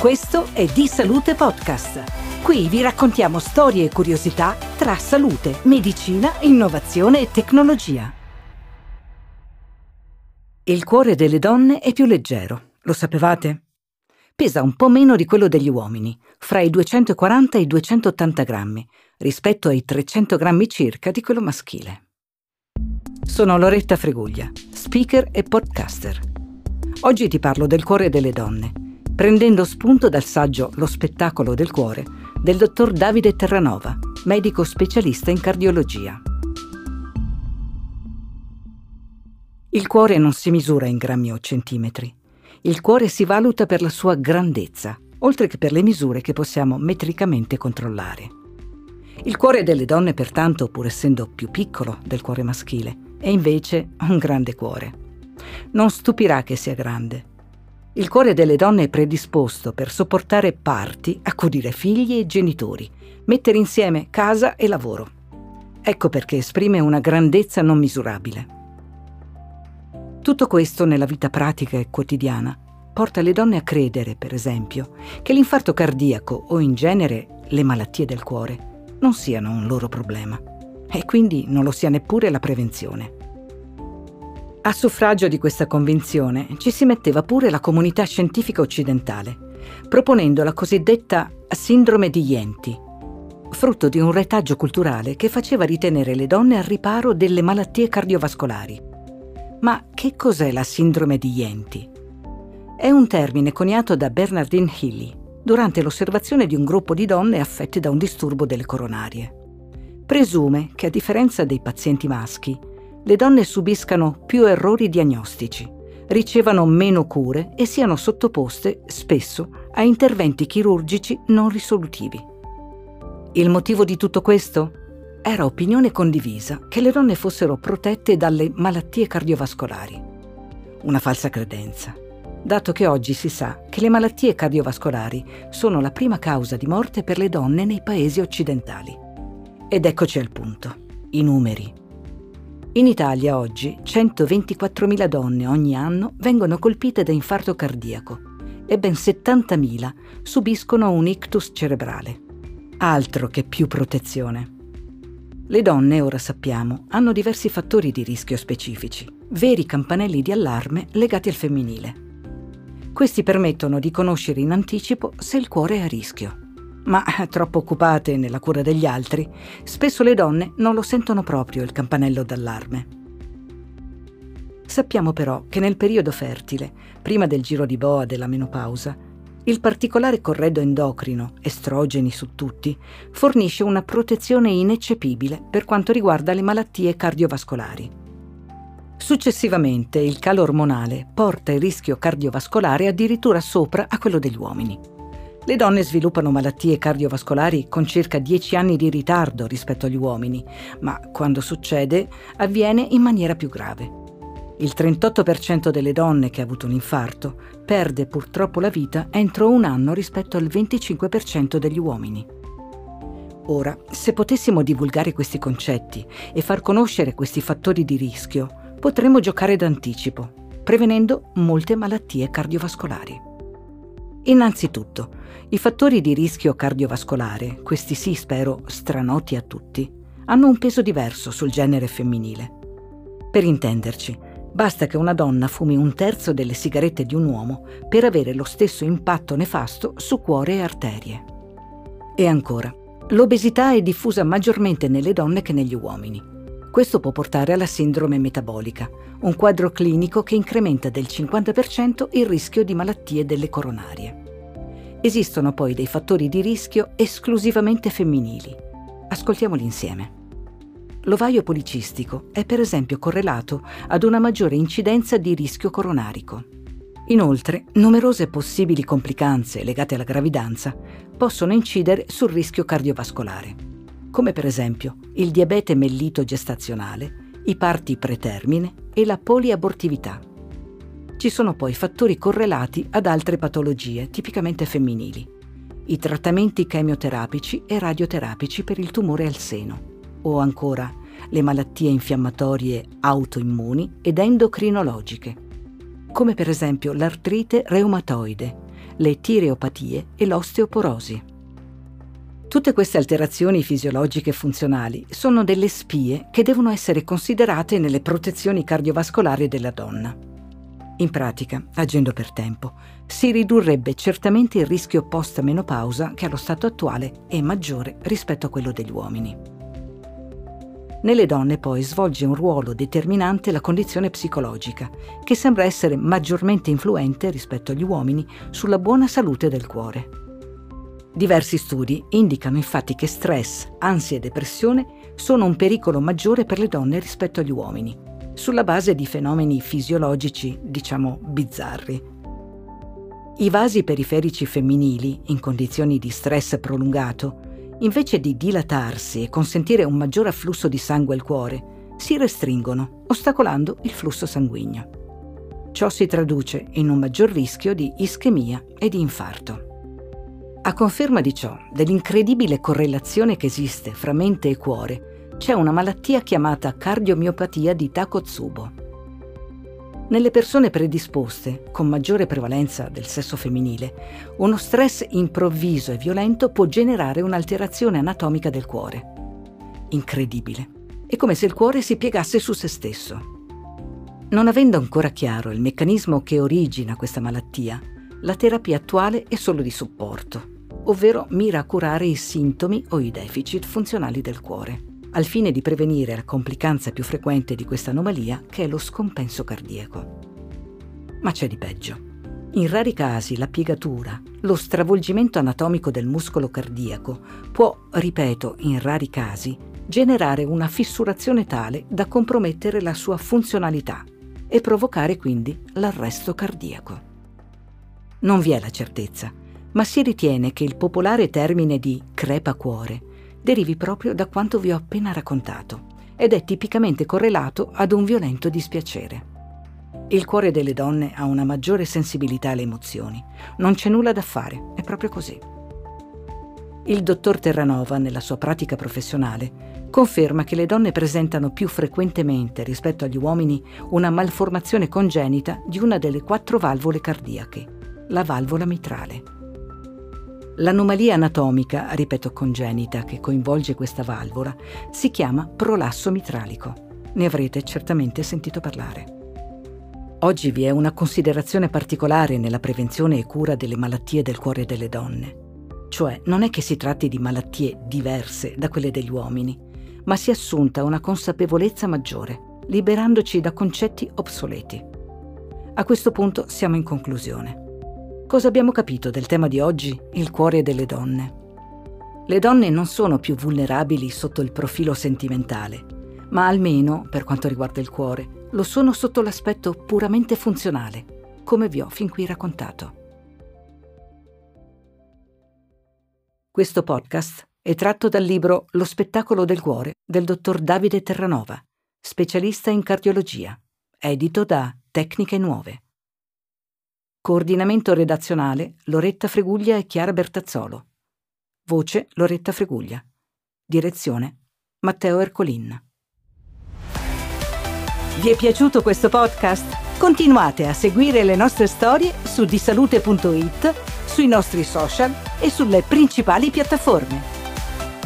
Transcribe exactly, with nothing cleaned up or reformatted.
Questo è Di Salute Podcast. Qui vi raccontiamo storie e curiosità tra salute, medicina, innovazione e tecnologia. Il cuore delle donne è più leggero, lo sapevate? Pesa un po' meno di quello degli uomini, fra i duecentoquaranta e i duecentottanta grammi, rispetto ai trecento grammi circa di quello maschile. Sono Loretta Freguglia, speaker e podcaster. Oggi ti parlo del cuore delle donne, prendendo spunto dal saggio Lo spettacolo del cuore del dottor Davide Terranova, medico specialista in cardiologia. Il cuore non si misura in grammi o centimetri. Il cuore si valuta per la sua grandezza, oltre che per le misure che possiamo metricamente controllare. Il cuore delle donne, pertanto, pur essendo più piccolo del cuore maschile, è invece un grande cuore. Non stupirà che sia grande. Il cuore delle donne è predisposto per sopportare parti, accudire figli e genitori, mettere insieme casa e lavoro. Ecco perché esprime una grandezza non misurabile. Tutto questo nella vita pratica e quotidiana porta le donne a credere, per esempio, che l'infarto cardiaco o in genere le malattie del cuore non siano un loro problema e quindi non lo sia neppure la prevenzione. A suffragio di questa convinzione ci si metteva pure la comunità scientifica occidentale, proponendo la cosiddetta sindrome di Jenti, frutto di un retaggio culturale che faceva ritenere le donne al riparo delle malattie cardiovascolari. Ma che cos'è la sindrome di Jenti? È un termine coniato da Bernardine Healy durante l'osservazione di un gruppo di donne affette da un disturbo delle coronarie. Presume che, a differenza dei pazienti maschi, le donne subiscano più errori diagnostici, ricevano meno cure e siano sottoposte, spesso, a interventi chirurgici non risolutivi. Il motivo di tutto questo? Era opinione condivisa che le donne fossero protette dalle malattie cardiovascolari. Una falsa credenza, dato che oggi si sa che le malattie cardiovascolari sono la prima causa di morte per le donne nei paesi occidentali. Ed eccoci al punto, i numeri. In Italia oggi centoventiquattromila donne ogni anno vengono colpite da infarto cardiaco e ben settantamila subiscono un ictus cerebrale. Altro che più protezione. Le donne, ora sappiamo, hanno diversi fattori di rischio specifici, veri campanelli di allarme legati al femminile. Questi permettono di conoscere in anticipo se il cuore è a rischio. Ma, troppo occupate nella cura degli altri, spesso le donne non lo sentono proprio il campanello d'allarme. Sappiamo però che nel periodo fertile, prima del giro di boa della menopausa, il particolare corredo endocrino, estrogeni su tutti, fornisce una protezione ineccepibile per quanto riguarda le malattie cardiovascolari. Successivamente, il calo ormonale porta il rischio cardiovascolare addirittura sopra a quello degli uomini. Le donne sviluppano malattie cardiovascolari con circa dieci anni di ritardo rispetto agli uomini, ma quando succede avviene in maniera più grave. Il trentotto per cento delle donne che ha avuto un infarto perde purtroppo la vita entro un anno rispetto al venticinque per cento degli uomini. Ora, se potessimo divulgare questi concetti e far conoscere questi fattori di rischio, potremmo giocare d'anticipo, prevenendo molte malattie cardiovascolari. Innanzitutto, i fattori di rischio cardiovascolare, questi sì spero stranoti a tutti, hanno un peso diverso sul genere femminile. Per intenderci, basta che una donna fumi un terzo delle sigarette di un uomo per avere lo stesso impatto nefasto su cuore e arterie. E ancora, l'obesità è diffusa maggiormente nelle donne che negli uomini. Questo può portare alla sindrome metabolica, un quadro clinico che incrementa del cinquanta per cento il rischio di malattie delle coronarie. Esistono poi dei fattori di rischio esclusivamente femminili. Ascoltiamoli insieme. L'ovaio policistico è per esempio correlato ad una maggiore incidenza di rischio coronarico. Inoltre, numerose possibili complicanze legate alla gravidanza possono incidere sul rischio cardiovascolare, come per esempio il diabete mellito gestazionale, i parti pretermine e la poliabortività. Ci sono poi fattori correlati ad altre patologie tipicamente femminili, i trattamenti chemioterapici e radioterapici per il tumore al seno, o ancora le malattie infiammatorie autoimmuni ed endocrinologiche, come per esempio l'artrite reumatoide, le tireopatie e l'osteoporosi. Tutte queste alterazioni fisiologiche e funzionali sono delle spie che devono essere considerate nelle protezioni cardiovascolari della donna. In pratica, agendo per tempo, si ridurrebbe certamente il rischio post-menopausa, che allo stato attuale è maggiore rispetto a quello degli uomini. Nelle donne poi svolge un ruolo determinante la condizione psicologica, che sembra essere maggiormente influente rispetto agli uomini sulla buona salute del cuore. Diversi studi indicano infatti che stress, ansia e depressione sono un pericolo maggiore per le donne rispetto agli uomini, sulla base di fenomeni fisiologici, diciamo, bizzarri. I vasi periferici femminili, in condizioni di stress prolungato, invece di dilatarsi e consentire un maggior afflusso di sangue al cuore, si restringono, ostacolando il flusso sanguigno. Ciò si traduce in un maggior rischio di ischemia e di infarto. A conferma di ciò, dell'incredibile correlazione che esiste fra mente e cuore, c'è una malattia chiamata cardiomiopatia di Takotsubo. Nelle persone predisposte, con maggiore prevalenza del sesso femminile, uno stress improvviso e violento può generare un'alterazione anatomica del cuore. Incredibile. È come se il cuore si piegasse su se stesso. Non avendo ancora chiaro il meccanismo che origina questa malattia, la terapia attuale è solo di supporto, ovvero mira a curare i sintomi o i deficit funzionali del cuore, al fine di prevenire la complicanza più frequente di questa anomalia, che è lo scompenso cardiaco. Ma c'è di peggio. In rari casi la piegatura, lo stravolgimento anatomico del muscolo cardiaco può, ripeto, in rari casi, generare una fissurazione tale da compromettere la sua funzionalità e provocare quindi l'arresto cardiaco. Non vi è la certezza, ma si ritiene che il popolare termine di crepacuore derivi proprio da quanto vi ho appena raccontato ed è tipicamente correlato ad un violento dispiacere. Il cuore delle donne ha una maggiore sensibilità alle emozioni. Non c'è nulla da fare, è proprio così. Il dottor Terranova, nella sua pratica professionale, conferma che le donne presentano più frequentemente rispetto agli uomini una malformazione congenita di una delle quattro valvole cardiache, la valvola mitrale. L'anomalia anatomica, ripeto congenita, che coinvolge questa valvola, si chiama prolasso mitralico. Ne avrete certamente sentito parlare. Oggi vi è una considerazione particolare nella prevenzione e cura delle malattie del cuore delle donne. Cioè, non è che si tratti di malattie diverse da quelle degli uomini, ma si è assunta una consapevolezza maggiore, liberandoci da concetti obsoleti. A questo punto siamo in conclusione. Cosa abbiamo capito del tema di oggi, il cuore delle donne? Le donne non sono più vulnerabili sotto il profilo sentimentale, ma almeno, per quanto riguarda il cuore, lo sono sotto l'aspetto puramente funzionale, come vi ho fin qui raccontato. Questo podcast è tratto dal libro Lo spettacolo del cuore del dottor Davide Terranova, specialista in cardiologia, edito da Tecniche Nuove. Coordinamento redazionale Loretta Freguglia e Chiara Bertazzolo. Voce Loretta Freguglia. Direzione Matteo Ercolin. Vi è piaciuto questo podcast? Continuate a seguire le nostre storie su disalute punto it, sui nostri social e sulle principali piattaforme.